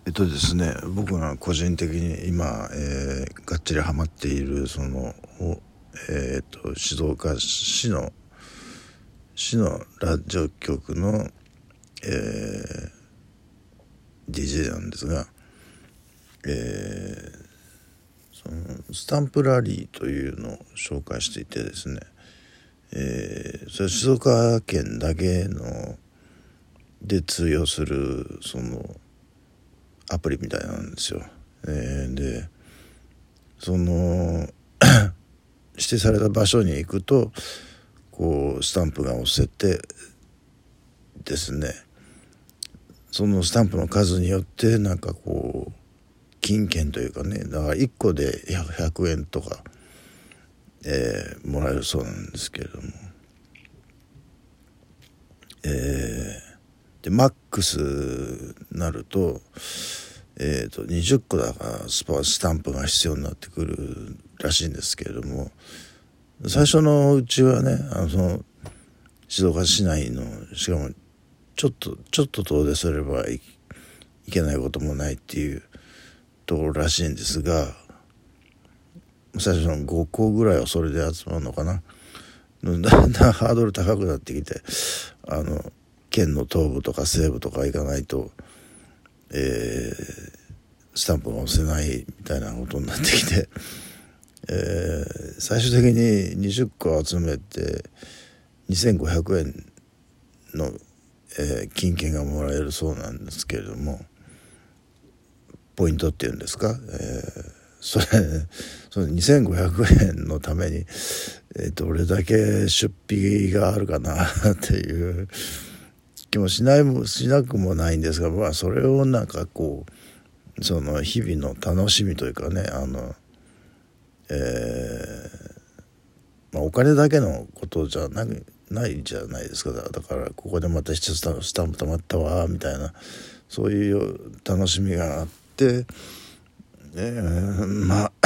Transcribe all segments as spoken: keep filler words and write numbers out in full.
えっとですね、僕が個人的に今、えー、がっちりハマっているその、えー、っと静岡市の市のラジオ局の、えー、ディージェー なんですが、えー、そのスタンプラリーというのを紹介していてですね、えー、それは静岡県だけので通用するそのアプリみたいなんですよ。えー、でその指定された場所に行くとこうスタンプが押せてですね、そのスタンプの数によってなんかこう金券というかね、だからいっこでひゃくえんとか、えー、もらえるそうなんですけれども、えー、でマックスになるとえーとにじゅっこだからスパスタンプが必要になってくるらしいんですけれども、最初のうちはね、あのその静岡市内のしかもちょっとちょっと遠出すれば い, いけないこともないっていうところらしいんですが、最初のごこぐらいはそれで集まるのかな。だんだんハードル高くなってきて、あの県の東部とか西部とか行かないと、えー、スタンプが押せないみたいなことになってきて、えー、最終的ににじゅっこ集めてにせんごひゃくえんの、えー、金券がもらえるそうなんですけれども、ポイントっていうんですか、えー、それそのにせんごひゃくえんのために、えー、どれだけ出費があるかなっていう気もしないもしなくもないんですが、まあそれをなんかこうその日々の楽しみというかね、あの、えーまあ、お金だけのことじゃなないじゃないですか。だからここでまた一つスタンプ溜まったわみたいな、そういう楽しみがあって、えー、まあ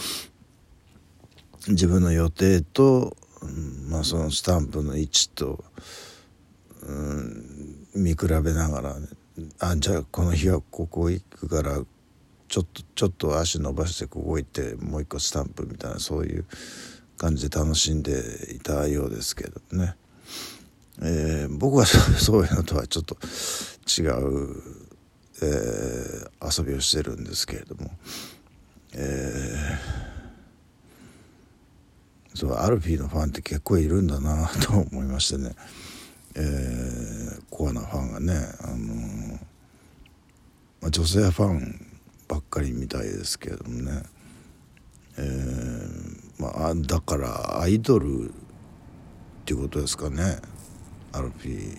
自分の予定と、まあ、そのスタンプの位置と、うん、見比べながら、ね、あじゃあこの日はここ行くからちょっとちょっと足伸ばしてここ行ってもう一個スタンプみたいな、そういう感じで楽しんでいたようですけどね、えー、僕はそういうのとはちょっと違う、えー、遊びをしてるんですけれども、えー、そうアルフィーのファンって結構いるんだなと思いましてね、えー、コアなファンがね、あのーまあ、女性ファンばっかりみたいですけれどもね、えーまあ、だからアイドルっていうことですかね、アルフィー、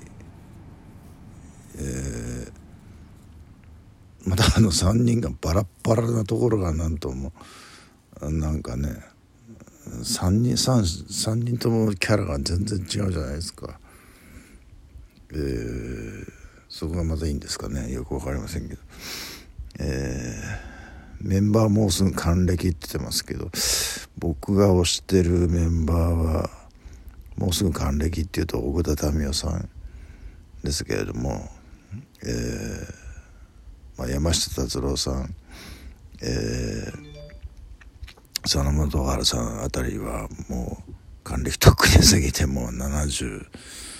えー、またあのさんにんがバラッバラなところがなんともなんかね、3人 3, 3人ともキャラが全然違うじゃないですか、えー、そこがまたいいんですかね、よくわかりませんけど、えー、メンバーもうすぐ還暦って言ってますけど、僕が推してるメンバーはもうすぐ還暦っていうと奥田民生さんですけれども、えーまあ、山下達郎さん、えー、佐野元春さんあたりはもう還暦とっくに過ぎてもうななじゅ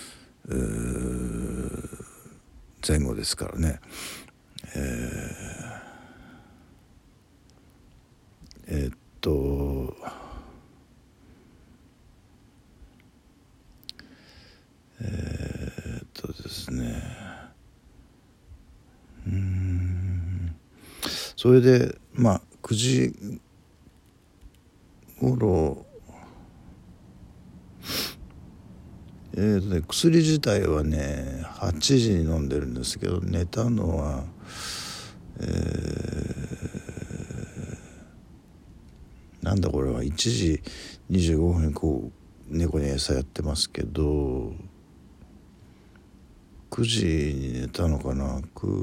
う前後ですからね、えー、えー、っとえー、っとですねうーんそれでまあくじ頃、えーとね、薬自体はねはちじに飲んでるんですけど、寝たのは、えー、なんだこれはいちじにじゅうごふんにこう猫に餌やってますけど、くじに寝たのかな。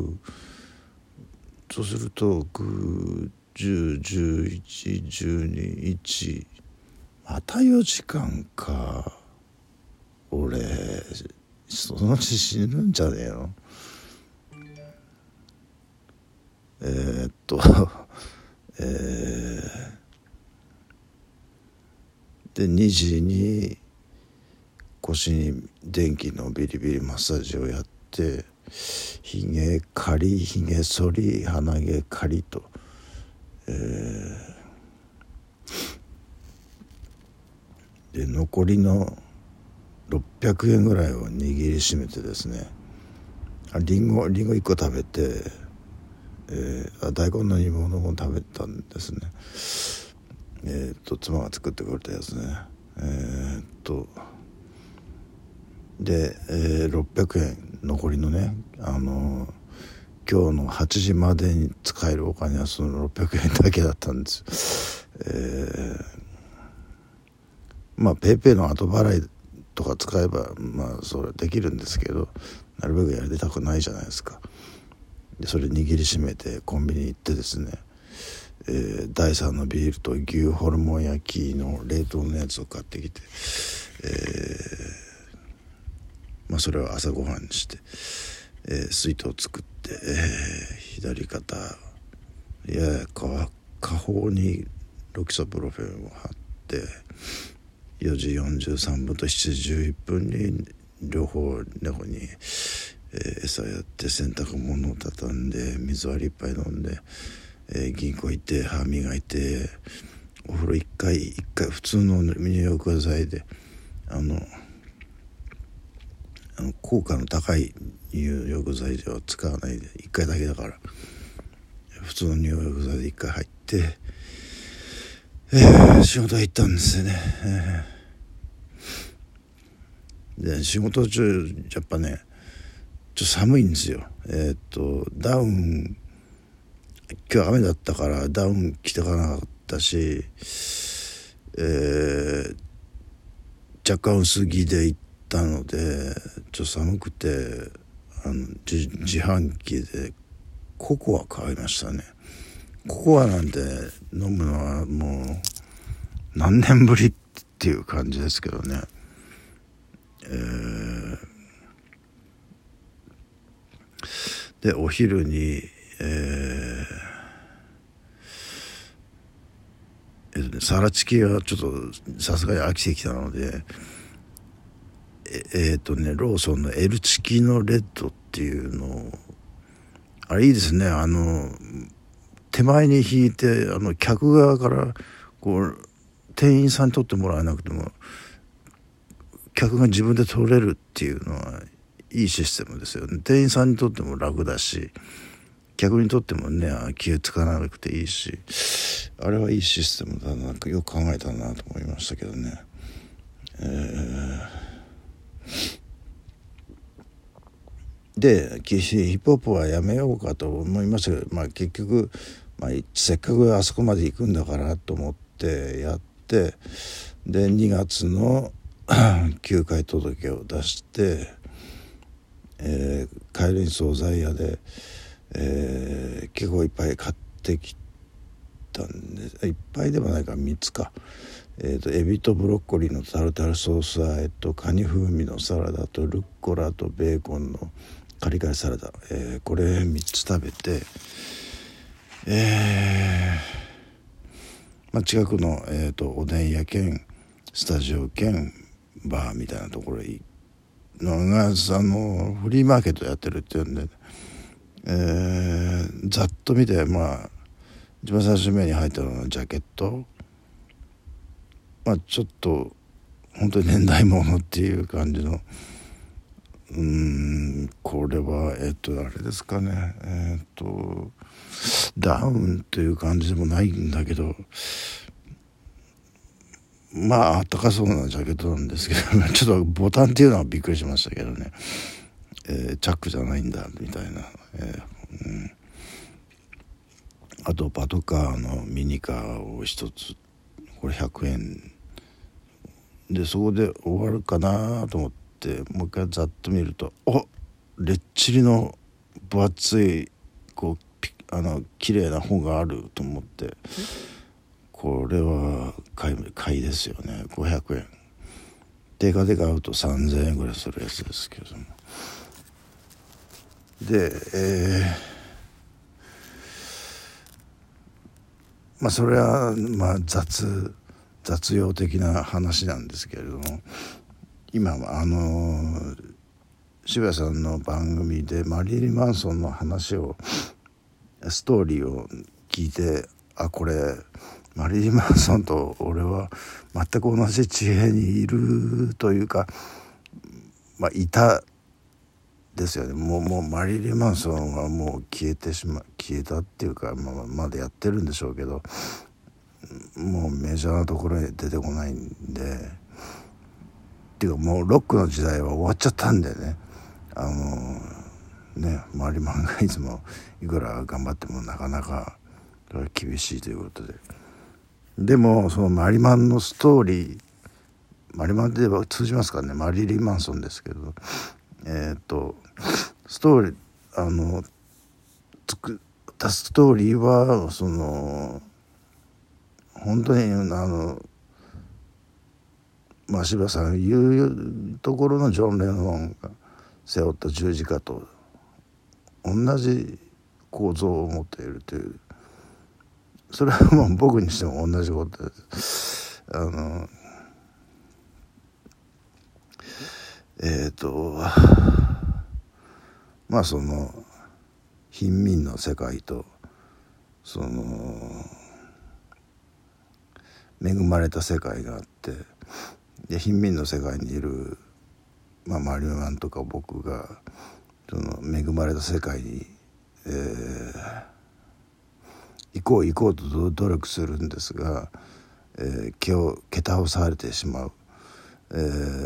そうするとく、じゅう、じゅういち、じゅうに、いちまたよじかんか。俺そのうち死ぬんじゃねえの。 とえー、でにじに腰に電気のビリビリマッサージをやって、ひげ刈り、ひげ剃り、鼻毛刈りと、えー、で残りのろっぴゃくえんぐらいを握りしめてですね、あリンゴリンゴいっこ食べて、えー、あ大根の煮物も食べたんですね。えー、っと妻が作ってくれたやつね。えー、っとで、えー、ろっぴゃくえん残りのね、あのー、今日のはちじまでに使えるお金はそのろっぴゃくえんだけだったんです。えー、まあペイペイの後払いとか使えばまあそれできるんですけど、なるべくやりたくないじゃないですか。でそれ握りしめてコンビニ行ってですね、えー、だいさんのビールと牛ホルモン焼きの冷凍のやつを買ってきて、えーまあ、それを朝ごはんにして、えー、水筒を作って、えー、左肩いやや下方にロキソプロフェンを貼ってよじよんじゅうさんぷんとしちじじゅういっぷんに両方猫に、えー、餌やって洗濯物を畳んで水割りいっぱい飲んで、えー、銀行行って歯磨いてお風呂いっかいいっかい普通の入浴剤であのあの効果の高い入浴剤では使わないでいっかいだけだから普通の入浴剤でいっかい入って、えー、仕事行ったんですよね。えー、で仕事中やっぱねちょっと寒いんですよ。えー、っとダウン今日雨だったからダウン着てかなかったし、えー、若干薄着で行ったのでちょっと寒くてあの 自, 自販機でココア買いましたね。ココアなんて飲むのはもう何年ぶりっていう感じですけどね。えー、でお昼にえー、えーとね、サラチキはちょっとさすがに飽きてきたのでええー、とねローソンの L チキのレッドっていうのをあれいいですね。あの手前に引いてあの客側からこう店員さんに取ってもらわなくても客が自分で取れるっていうのはいいシステムですよね。店員さんにとっても楽だし客にとってもね気を使わなくていいし、あれはいいシステムだな、なんかよく考えたなと思いましたけどね。えー、でヒップホップはやめようかと思いましたけど、まあ、結局、まあ、せっかくあそこまで行くんだからと思ってやって、でにがつの休会届を出して、えー、帰りに惣菜屋で、えー、結構いっぱい買ってきたんで、いっぱいでもないからみっつか、えー、とエビとブロッコリーのタルタルソース和えとカニ風味のサラダとルッコラとベーコンのカリカリサラダ、えー、これみっつ食べて、えーまあ、近くの、えー、とおでん屋兼スタジオ兼バーみたいなところにのがあのフリーマーケットやってるっていうんで、えー、ざっと見て、まあ一番最初目に入ったのはジャケット、まあちょっと本当に年代物っていう感じの、うーんこれはえっとあれですかね、えっとダウンという感じでもないんだけど、まああったかそうなジャケットなんですけどちょっとボタンっていうのはびっくりしましたけどね、えー、チャックじゃないんだみたいな、えーうん、あとパトカーのミニカーを一つこれひゃくえんで、そこで終わるかなと思ってもう一回ざっと見ると、おレッチリの分厚いこうあの綺麗な本があると思って、これは買い、買いですよね。ごひゃくえん定価で買うとさんぜんえんぐらいするやつですけども、で、えまあそれはまあ雑雑用的な話なんですけれども、今あの渋谷さんの番組でマリリン・マンソンの話をストーリーを聞いて、あこれマリリン・マンソンと俺は全く同じ地平にいるというか、まあいたですよね。もうもうマリリン・マンソンはもう消えてしま消えたっていうか、まあ、まだやってるんでしょうけど、もうメジャーなところに出てこないんで、っていうかもうロックの時代は終わっちゃったんでね、あのねマリマンがいつもいくら頑張ってもなかなか厳しいということで、でもそのマリマンのストーリー、マリマンで言えば通じますかね、マリリン・マンソンですけど、えっとストーリーあの作ったストーリーはその本当にあのまあ柴さん言うところのジョン・レノンが背負った十字架と同じ構造を持っているという、それはもう僕にしても同じことです。あのえっとまあその貧民の世界とその恵まれた世界があって、で貧民の世界にいる、まあ、マリマンとか僕がその恵まれた世界に、えー、行こう行こうと努力するんですが、えー、毛を蹴倒されてしまう、え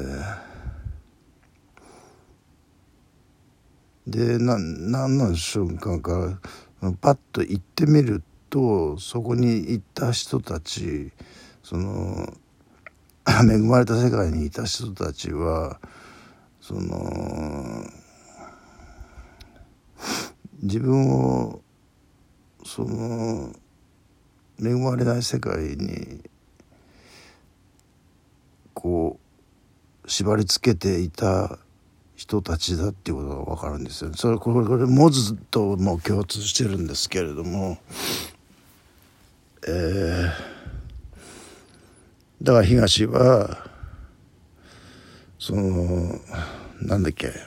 ー、でな何の瞬間かパッと行ってみると、そこに行った人たち、その恵まれた世界にいた人たちはその自分をその恵まれない世界にこう縛り付けていた人たちだっていうことが分かるんですよ。それこれこれモズとも共通してるんですけれども、えー、だから東はそのなんだっけ、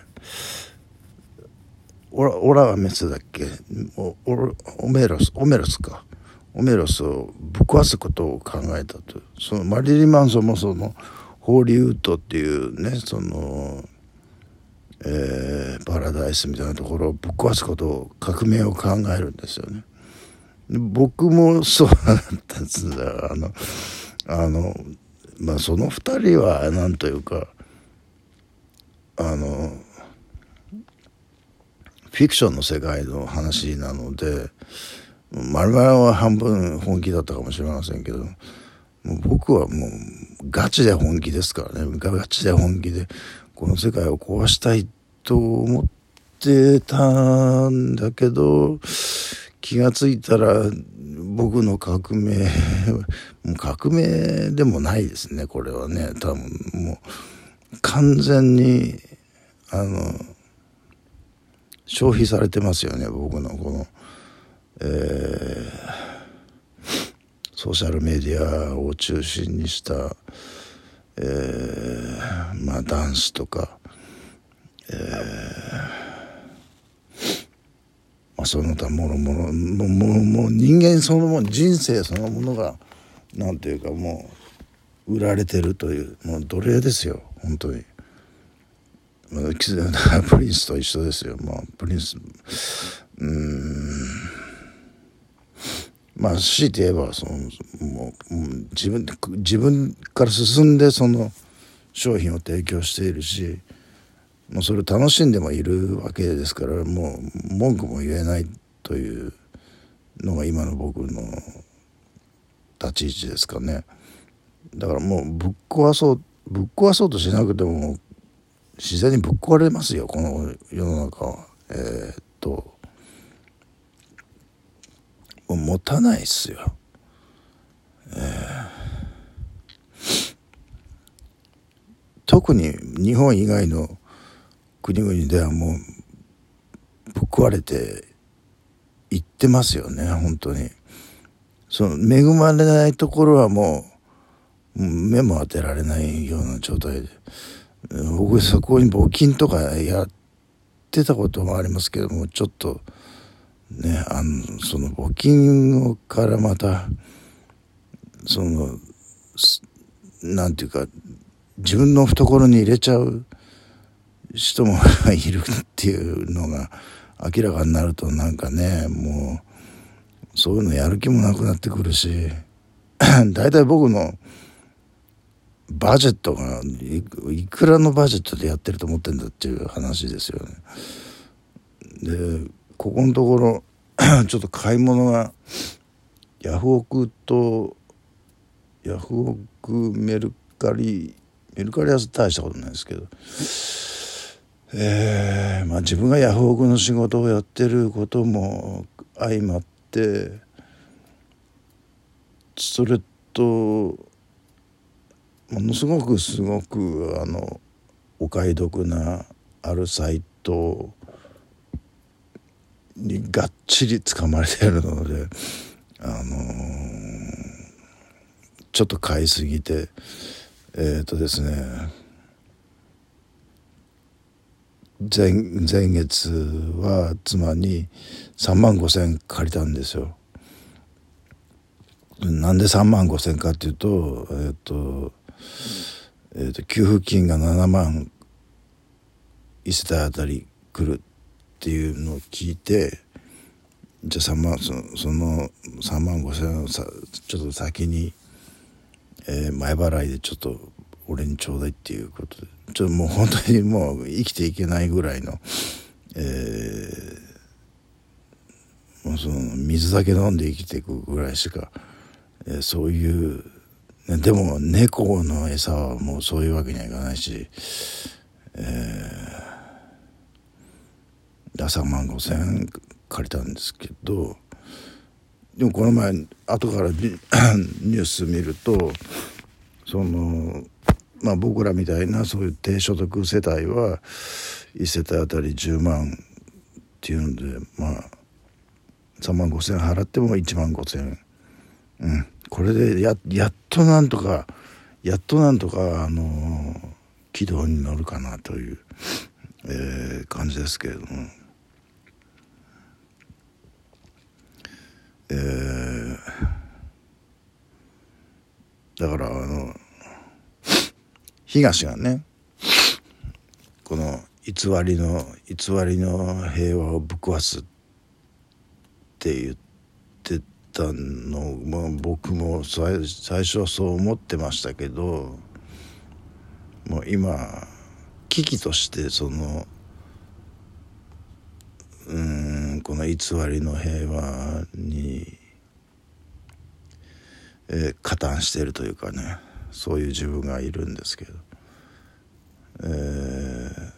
オラオラはメスだっけ、オオメロスオメロスかオメロスをぶっ壊すことを考えたと。そのマリリン・マンソンもそのホーリウッドっていうね、その、えー、パラダイスみたいなところをぶっ壊すことを、革命を考えるんですよね。で僕もそうだったんですだ。あのあのまあその二人はなんというかあのフィクションの世界の話なので、マルマラは半分本気だったかもしれませんけど、もう僕はもうガチで本気ですからね。ガチで本気でこの世界を壊したいと思ってたんだけど、気がついたら僕の革命もう革命でもないですね、これはね。多分もう完全にあの消費されてますよね、僕のこの、えー、ソーシャルメディアを中心にした、えー、まあダンスとか、えーまあ、その他もろもろもうもう人間そのもの、人生そのものがなんていうかもう売られてるという、もう奴隷ですよ本当に。まあ、プリンスと一緒ですよ。まあプリンスうーんまあ強いて言えばそのもう自分自分から進んでその商品を提供しているし、もうそれを楽しんでもいるわけですから、もう文句も言えないというのが今の僕の立ち位置ですかね。だからもうぶっ壊そうぶっ壊そうとしなくても自然にぶっ壊れますよ、この世の中は。えー、っともう持たないっすよ。えー、特に日本以外の国々ではもうぶっ壊れていってますよね、本当に。 その恵まれないところはもう目も当てられないような状態で、僕そこに募金とかやってたこともありますけども、ちょっとね、あのその募金からまたそのなんていうか自分の懐に入れちゃう人もいるっていうのが明らかになると、なんかね、もうそういうのやる気もなくなってくるしだいたい僕のバジェットが い, いくらのバジェットでやってると思ってんだっていう話ですよね。でここのところちょっと買い物がヤフオクとヤフオクメルカリメルカリは大したことないですけど、えー、まあ自分がヤフオクの仕事をやってることも相まって、それとものすごくすごくあのお買い得なあるサイトにがっちり掴まれているので、あのー、ちょっと買いすぎてえっとですね前, 前月は妻にさんまんごせん借りたんですよ。なんでさんまんごせんかっていうと、えっと、えっと、給付金がななまんいっ世帯あたり来るっていうのを聞いて、じゃあさんまんその、そのさんまんごせんをさちょっと先に、えー、前払いでちょっと俺にちょうだいっていうことで、ちょっともう本当にもう生きていけないぐらいの、えー、もうその水だけ飲んで生きていくぐらいしか、えー、そういう、ね、でも猫の餌はもうそういうわけにはいかないし、えー、さんまんごせん借りたんですけど、でもこの前後からニュース見ると、そのまあ僕らみたいなそういう低所得世帯はいっ世帯あたりじゅうまんっていうので、まあさんまんごせん払ってもいちまんごせん、うん、これで や, やっとなんとかやっとなんとかあのー、軌道に乗るかなという、えー、感じですけれども、えー、だからあの東がね、この偽りの偽りの平和をぶっ壊すって言ってたのも、僕も最初はそう思ってましたけど、もう今危機としてそのうーんこの偽りの平和に、えー、加担しているというかね、そういう自分がいるんですけど、えー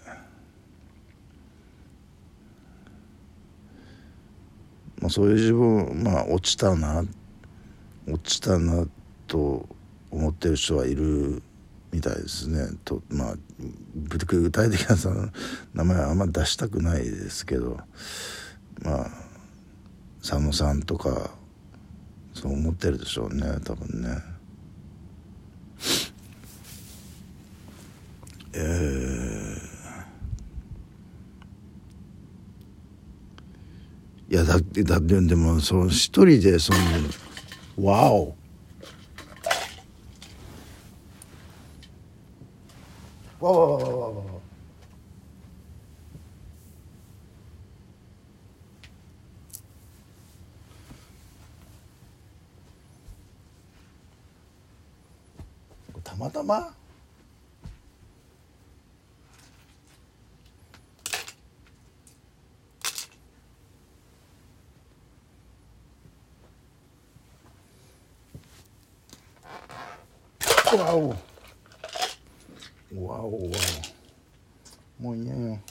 まあ、そういう自分、まあ落ちたな落ちたなと思ってる人はいるみたいですね。とまあ具体的なその名前はあんま出したくないですけど、まあ佐野さんとかそう思ってるでしょうね、多分ね。えーいやだってだってでもその一人でそのわおわわわわわわたまたまわおわおわおもういいやよ。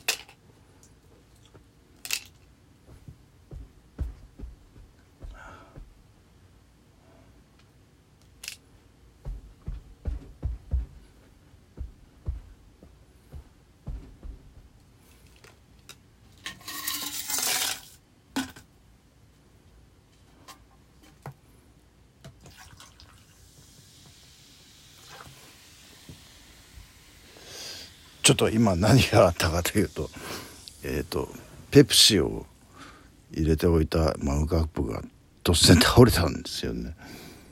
ちょっと今何があったかというとえっ、ー、とペプシを入れておいたマグカップが突然倒れたんですよね。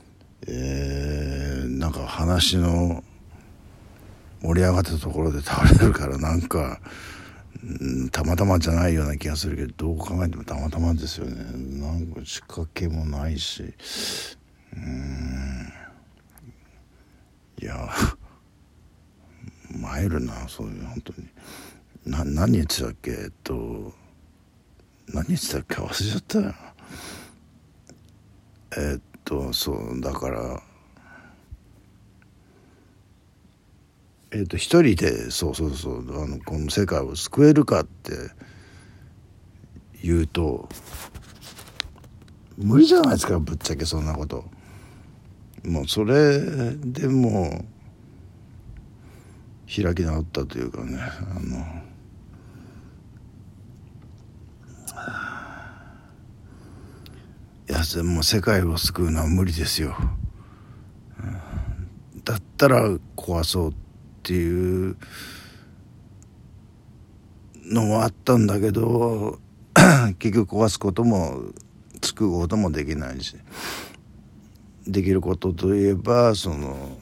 えー、なんか話の盛り上がったところで倒れるからなんか、うん、たまたまじゃないような気がするけど、どう考えてもたまたまですよね。なんか仕掛けもないし、うーん、いや参るな、そういう本当に。な何言ってたっけ、えっと何言ってたっけ忘れちゃったよ。えっとそうだからえっと一人でそうそうそうあのこの世界を救えるかって言うと無理じゃないですか、ぶっちゃけそんなこと。もうそれでもう開き直ったというかね、あのいやでも世界を救うのは無理ですよ。だったら壊そうっていうのもあったんだけど結局壊すことも救うこともできないし、できることといえばその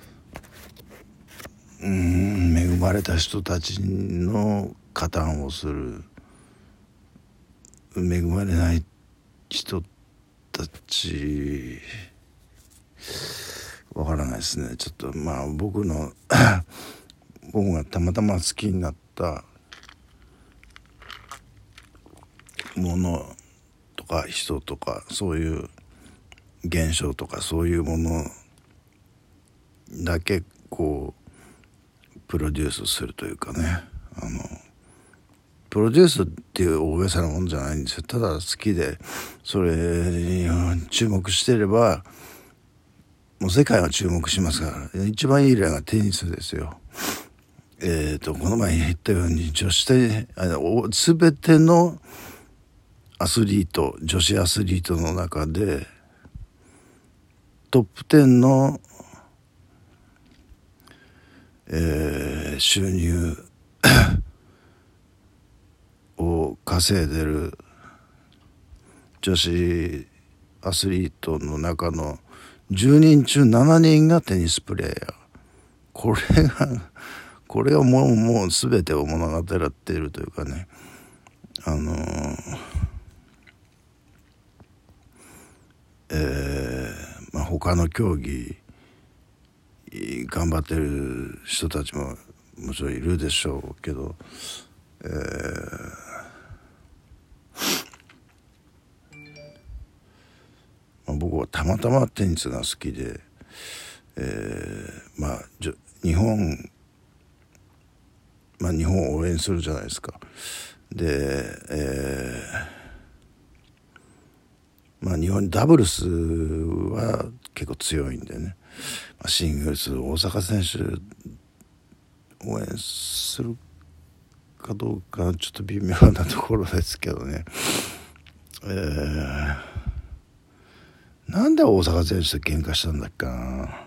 うーん恵まれた人たちの加担をする、恵まれない人たちわからないですね。ちょっとまあ僕の僕がたまたま好きになったものとか人とかそういう現象とかそういうものだけこうプロデュースするというかね、あのプロデュースっていう大げさなもんじゃないんですよ。ただ好きでそれに注目してればもう世界は注目しますから。一番いい例がテニスですよ。えーとこの前言ったように女子テニス全てのアスリート女子アスリートの中でトップじゅうの、えー、収入を稼いでる女子アスリートの中のじゅうにん中しちにんがテニスプレーヤー。これがこれがもうもう全てを物語っているというかね、あのー、えー、まあ他の競技頑張ってる人たちももちろんいるでしょうけど、えーまあ、僕はたまたまテニスが好きで、えー、まあ日本まあ日本を応援するじゃないですか。で、えー、まあ日本ダブルスは結構強いんでね、まあ、シングルス大坂選手応援するかどうかちょっと微妙なところですけどね、えー、なんで大坂選手と喧嘩したんだっけな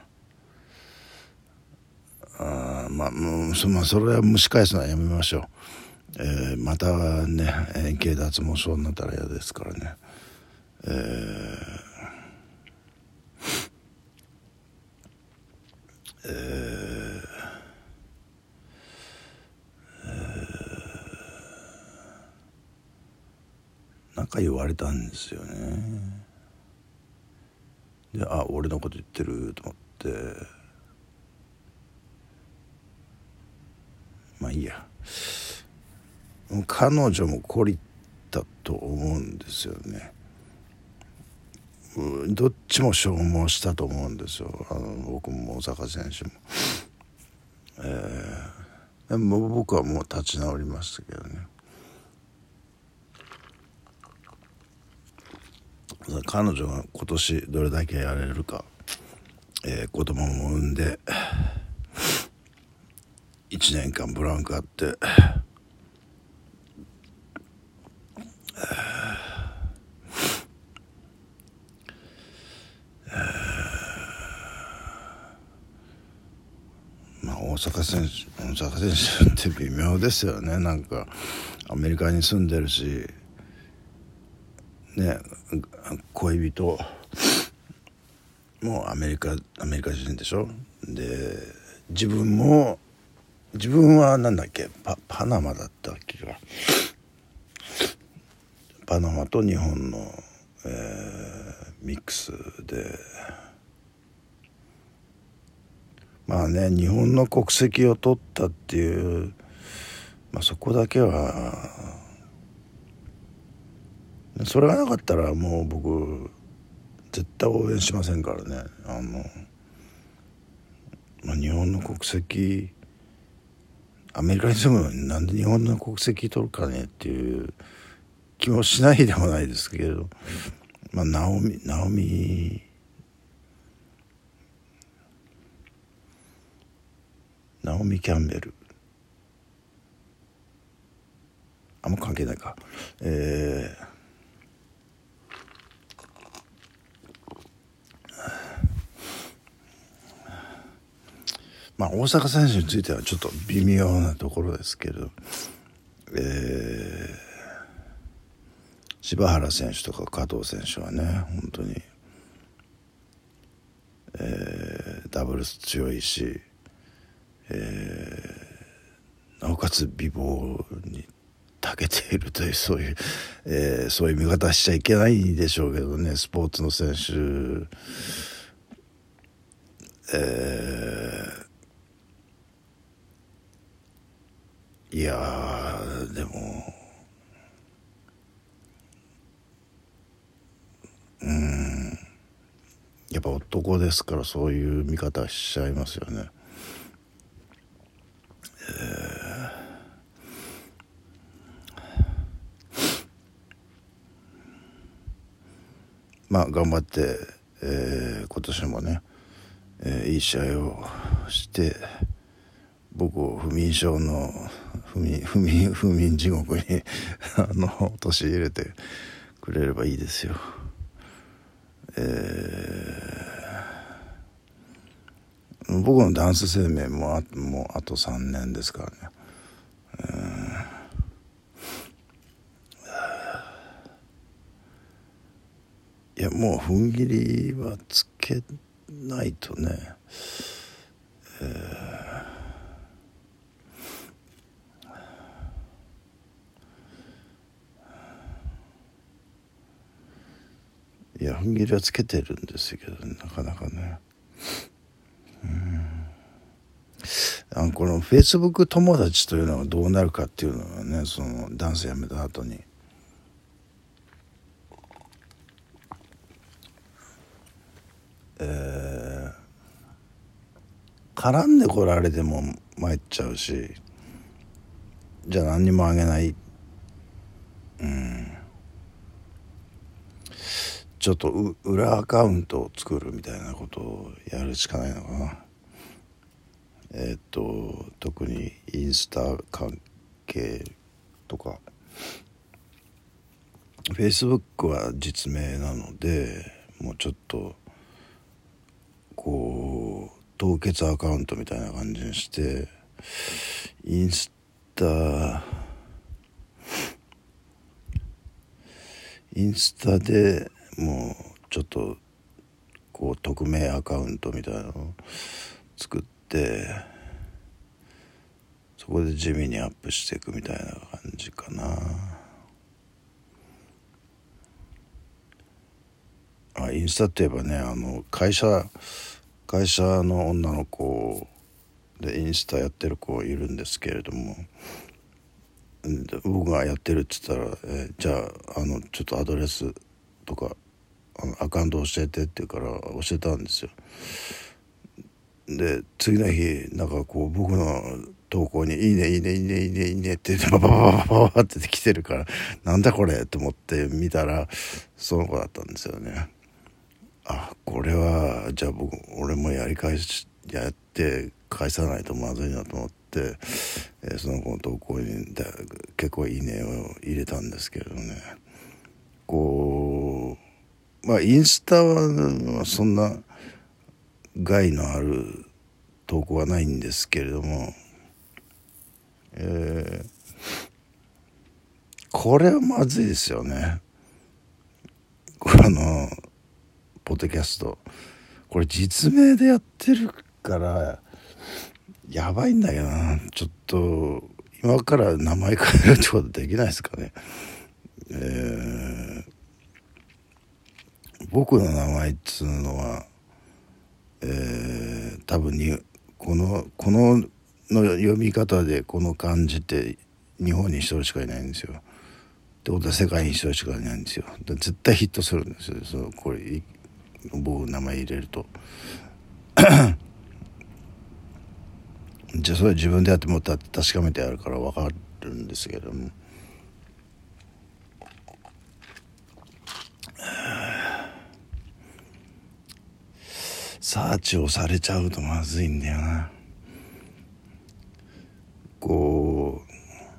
あ。まあ、もうそ、まあ、それは蒸し返すのはやめましょう。えー、またね円形脱毛症になったら嫌ですからね。えーえーなんか言われたんですよね。で、あ、俺のこと言ってると思って、まあいいや。彼女も懲りたと思うんですよね。どっちも消耗したと思うんですよ。あの僕も大坂選手も。えー、でも僕はもう立ち直りましたけどね。彼女が今年どれだけやれるか、えー、子供も産んでいちねんかんブランクあって、まあ大大阪選手大阪選手って微妙ですよね。なんかアメリカに住んでるしね、恋人もうアメリカアメリカ人でしょ。で自分も自分はなんだっけ パ, パナマだったっけか、パナマと日本の、えー、ミックスで、まあね日本の国籍を取ったっていう、まあ、そこだけはそれがなかったらもう僕絶対応援しませんからね。あの、まあ、日本の国籍アメリカに住むのになんで日本の国籍取るかねっていう気もしないでもないですけど、まあナオミナオミナオミキャンベルあんま関係ないか、えーまあ、大阪選手についてはちょっと微妙なところですけど、えー、柴原選手とか加藤選手はね本当に、えー、ダブルス強いし、えー、なおかつ美貌に長けているというそういう、えー、そういう見方しちゃいけないでしょうけどね、スポーツの選手、えーいやーでもうーんやっぱ男ですからそういう見方しちゃいますよね。えー、まあ頑張って、えー、今年もね、えー、いい試合をして僕を不眠症の不眠不眠不眠地獄にあの陥れてくれればいいですよ。えー、僕のダンス生命も あ, もうあとさんねんですからね。いやもう踏ん切りはつけないとね、えー、いや踏ん切りはつけてるんですけどなかなかね、うんあのこのフェイスブック友達というのはどうなるかっていうのはね、そのダンスやめた後にえー、絡んでこられても参っちゃうし、じゃあ何にもあげない、うん、ちょっとう裏アカウントを作るみたいなことをやるしかないのかな。えー、っと特にインスタ関係とかフェイスブックは実名なのでもうちょっとこう凍結アカウントみたいな感じにしてインスタインスタでもうちょっとこう匿名アカウントみたいなのを作ってそこで地味にアップしていくみたいな感じかな。あインスタって言えばねあの会社会社の女の子でインスタやってる子いるんですけれども、僕がやってるって言ったら、えー、じゃあ、あのちょっとアドレスとかあのアカウント教えてって言うから教えたんですよ。で次の日なんかこう僕の投稿にいいねいいねいいねいいねいいねってバババババババって来てるからなんだこれと思って見たらその子だったんですよね。あこれはじゃあ僕俺もやり返しやって返さないとまずいなと思って、えー、その子の投稿に結構いいねを入れたんですけれどね、こうまあインスタはそんな害のある投稿はないんですけれども、えー、これはまずいですよね。このポッドキャスト、これ実名でやってるからやばいんだけどな。ちょっと今から名前変えるってことできないですかね。えー、僕の名前っつうのは、えー、多分にこのこのの読み方でこの漢字って日本に一人しかいないんですよ。ってことは世界に一人しかいないんですよ。絶対ヒットするんですよ。そのこれ僕の名前入れるとじゃあそれは自分でやっても確かめてやるから分かるんですけども、サーチをされちゃうとまずいんだよな。こう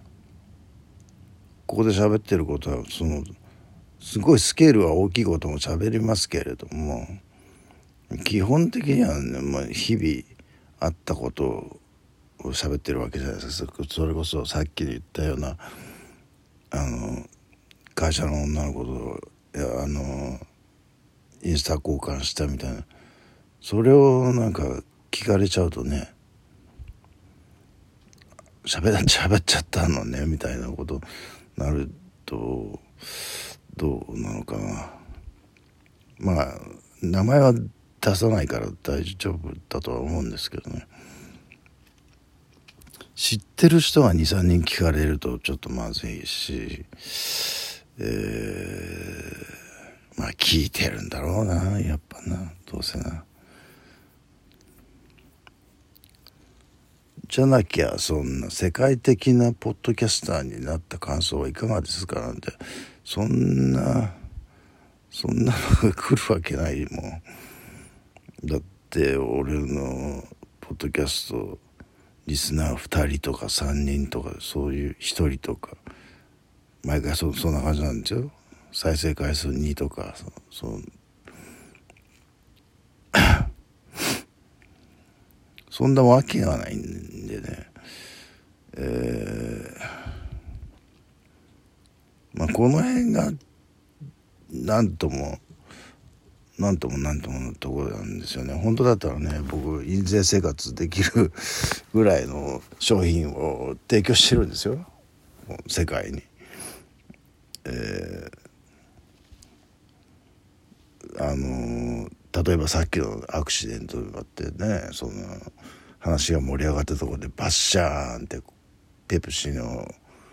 ここで喋ってることはそのすごいスケールは大きいことも喋りますけれども、基本的にはね、まあ、日々あったことを喋ってるわけじゃないですか。それこそさっき言ったようなあの会社の女の子といやあのインスタ交換したみたいな、それをなんか聞かれちゃうとね、喋っちゃ喋っちゃったのねみたいなことになるとどうなのかな。まあ名前は出さないから大丈夫だとは思うんですけどね。知ってる人が にさんにん聞かれるとちょっとまずいし、えー、まあ聞いてるんだろうな、やっぱな、どうせな。じゃなきゃそんな世界的なポッドキャスターになった感想はいかがですかなんて、そんなそんなのが来るわけないもん。だって俺のポッドキャストリスナーふたりとかさんにんとか、そういうひとりとか毎回 そ, そんな感じなんですよ。再生回数にとかそそそんなわけがないんでね、えー、まあこの辺がなんともなんともなんとものところなんですよね。本当だったらね、僕印税生活できるぐらいの商品を提供してるんですよ、世界に。えー、あの例えばさっきのアクシデントがあってね、その話が盛り上がったところでバッシャーンってペプシの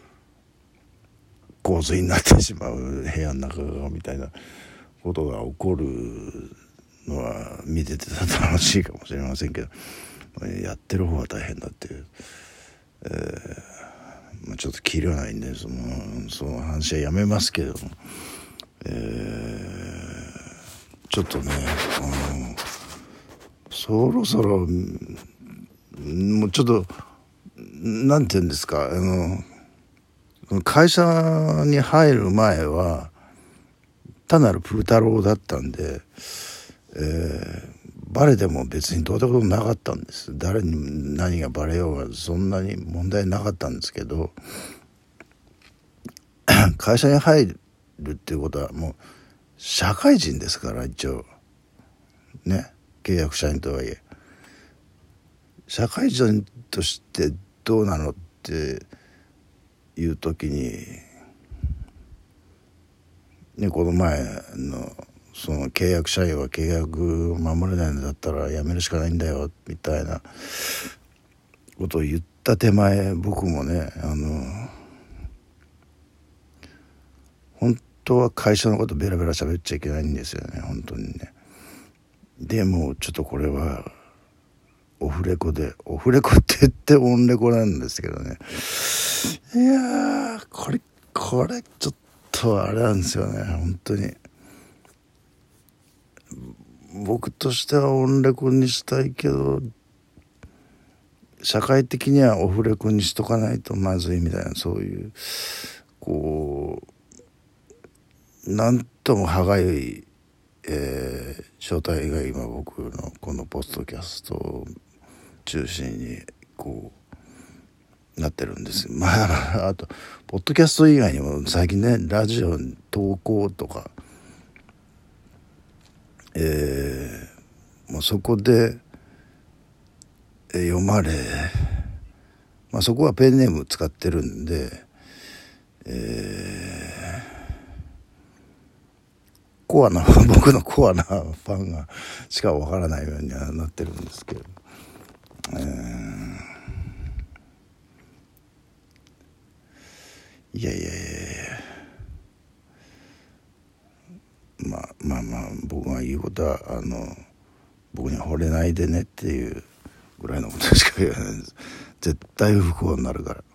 洪水になってしまう部屋の中がみたいなことが起こるのは見てて楽しいかもしれませんけど、やってる方は大変だっていう、えーまあ、ちょっとキリがないんでそのその話はやめますけれども、えー、ちょっとね、あのそろそろもうちょっとなんて言うんですか、あの会社に入る前は単なるプー太郎だったんで、えー、バレても別にどうってことなかったんです。誰に何がバレようがそんなに問題なかったんですけど会社に入るっていうことはもう社会人ですから、一応ね、契約社員とはいえ社会人としてどうなのっていう時にね、この前のその契約社員は契約を守れないんだったら辞めるしかないんだよみたいなことを言った手前、僕もね、あの本当は会社のことベラベラ喋っちゃいけないんですよね、本当にね。でもちょっとこれはオフレコで、オフレコって言ってオンレコなんですけどね、いやーこれこれちょっとあれなんですよね、本当に僕としてはオンレコにしたいけど社会的にはオフレコにしとかないとまずいみたいな、そういうこうなんとも歯がゆい、えー、状態が今僕のこのポッドキャスト中心にこうなってるんです。まああとポッドキャスト以外にも最近ねラジオ投稿とか、えー、もうそこで読まれ、まあ、そこはペンネーム使ってるんで、えー、コアな僕のコアなファンがしかわからないようにはなってるんですけど、えー、いやいやいやいや、まあまあまあ僕が言うことはあの僕には惚れないでねっていうぐらいのことしか言わないです。絶対不幸になるから。